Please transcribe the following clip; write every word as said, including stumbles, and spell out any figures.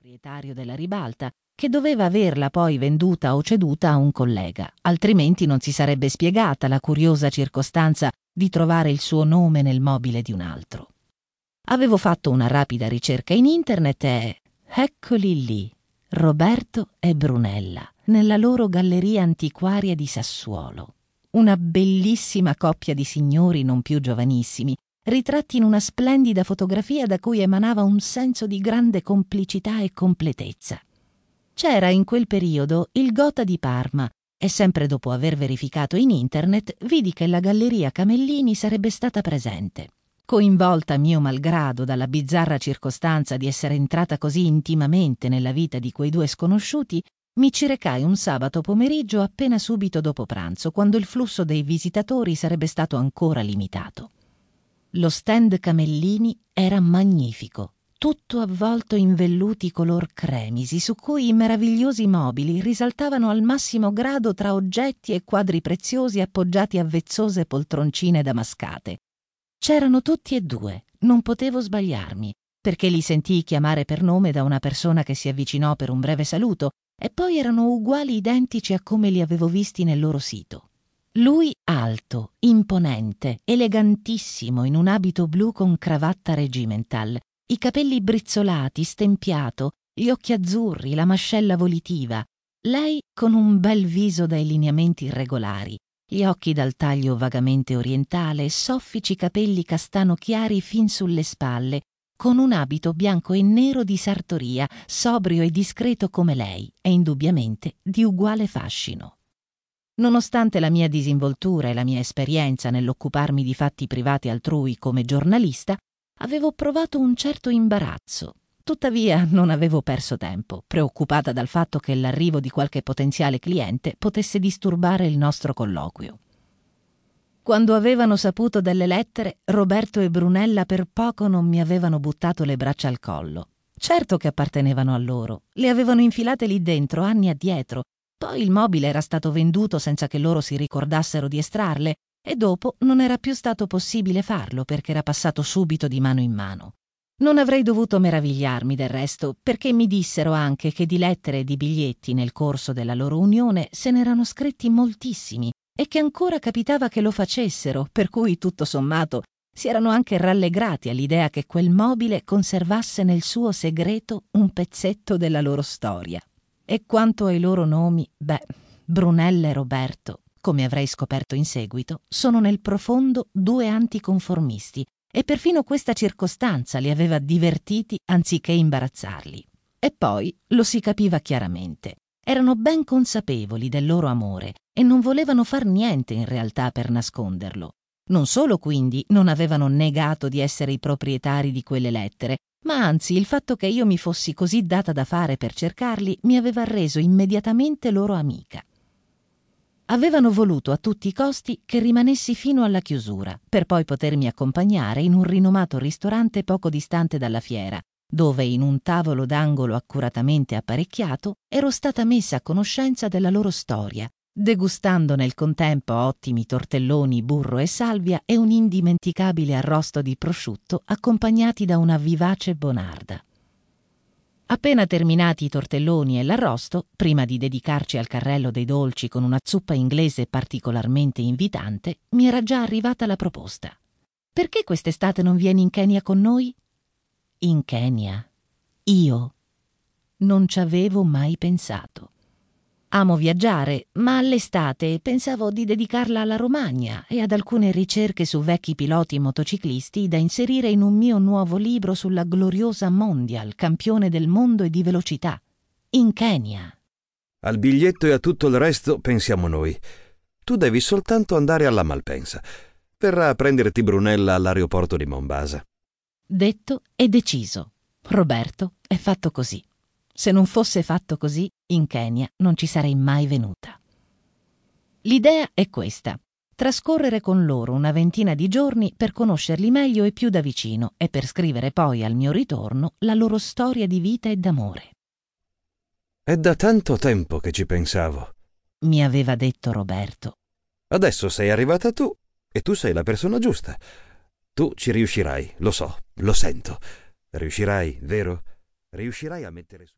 proprietario della ribalta, che doveva averla poi venduta o ceduta a un collega, altrimenti non si sarebbe spiegata la curiosa circostanza di trovare il suo nome nel mobile di un altro. Avevo fatto una rapida ricerca in internet e eccoli lì, Roberto e Brunella, nella loro galleria antiquaria di Sassuolo. Una bellissima coppia di signori non più giovanissimi, ritratti in una splendida fotografia da cui emanava un senso di grande complicità e completezza. C'era in quel periodo il Gotha di Parma e sempre dopo aver verificato in internet vidi che la Galleria Camellini sarebbe stata presente. Coinvolta mio malgrado dalla bizzarra circostanza di essere entrata così intimamente nella vita di quei due sconosciuti, mi ci recai un sabato pomeriggio appena subito dopo pranzo, quando il flusso dei visitatori sarebbe stato ancora limitato. Lo stand Camellini era magnifico, tutto avvolto in velluti color cremisi, su cui i meravigliosi mobili risaltavano al massimo grado tra oggetti e quadri preziosi appoggiati a vezzose poltroncine damascate. C'erano tutti e due, non potevo sbagliarmi, perché li sentii chiamare per nome da una persona che si avvicinò per un breve saluto, e poi erano uguali identici a come li avevo visti nel loro sito. Lui alto, imponente, elegantissimo in un abito blu con cravatta regimental, i capelli brizzolati, stempiato, gli occhi azzurri, la mascella volitiva. Lei con un bel viso dai lineamenti irregolari, gli occhi dal taglio vagamente orientale e soffici capelli castano chiari fin sulle spalle, con un abito bianco e nero di sartoria, sobrio e discreto come lei, e indubbiamente di uguale fascino. Nonostante la mia disinvoltura e la mia esperienza nell'occuparmi di fatti privati altrui come giornalista, avevo provato un certo imbarazzo. Tuttavia non avevo perso tempo, preoccupata dal fatto che l'arrivo di qualche potenziale cliente potesse disturbare il nostro colloquio. Quando avevano saputo delle lettere, Roberto e Brunella per poco non mi avevano buttato le braccia al collo. Certo che appartenevano a loro, le avevano infilate lì dentro anni addietro, poi il mobile era stato venduto senza che loro si ricordassero di estrarle e dopo non era più stato possibile farlo perché era passato subito di mano in mano. Non avrei dovuto meravigliarmi del resto, perché mi dissero anche che di lettere e di biglietti nel corso della loro unione se n'erano scritti moltissimi e che ancora capitava che lo facessero, per cui tutto sommato si erano anche rallegrati all'idea che quel mobile conservasse nel suo segreto un pezzetto della loro storia. E quanto ai loro nomi, beh, Brunella e Roberto, come avrei scoperto in seguito, sono nel profondo due anticonformisti, e perfino questa circostanza li aveva divertiti anziché imbarazzarli. E poi lo si capiva chiaramente. Erano ben consapevoli del loro amore e non volevano far niente in realtà per nasconderlo. Non solo quindi non avevano negato di essere i proprietari di quelle lettere, ma anzi il fatto che io mi fossi così data da fare per cercarli mi aveva reso immediatamente loro amica. Avevano voluto a tutti i costi che rimanessi fino alla chiusura, per poi potermi accompagnare in un rinomato ristorante poco distante dalla fiera, dove in un tavolo d'angolo accuratamente apparecchiato ero stata messa a conoscenza della loro storia, degustando nel contempo ottimi tortelloni, burro e salvia e un indimenticabile arrosto di prosciutto accompagnati da una vivace bonarda. Appena terminati i tortelloni e l'arrosto, prima di dedicarci al carrello dei dolci con una zuppa inglese particolarmente invitante, mi era già arrivata la proposta. «Perché quest'estate non vieni in Kenya con noi?» In Kenya? Io? Non ci avevo mai pensato. Amo viaggiare, ma all'estate pensavo di dedicarla alla Romagna e ad alcune ricerche su vecchi piloti motociclisti da inserire in un mio nuovo libro sulla gloriosa Mondial, campione del mondo e di velocità. In Kenya. Al biglietto e a tutto il resto pensiamo noi. Tu devi soltanto andare alla Malpensa. Verrà a prenderti Brunella all'aeroporto di Mombasa. Detto e deciso. Roberto, è fatto così. Se non fosse fatto così, in Kenya non ci sarei mai venuta. L'idea è questa: trascorrere con loro una ventina di giorni per conoscerli meglio e più da vicino e per scrivere poi al mio ritorno la loro storia di vita e d'amore. È da tanto tempo che ci pensavo, mi aveva detto Roberto. Adesso sei arrivata tu e tu sei la persona giusta. Tu ci riuscirai, lo so, lo sento. Riuscirai, vero? Riuscirai a mettere su...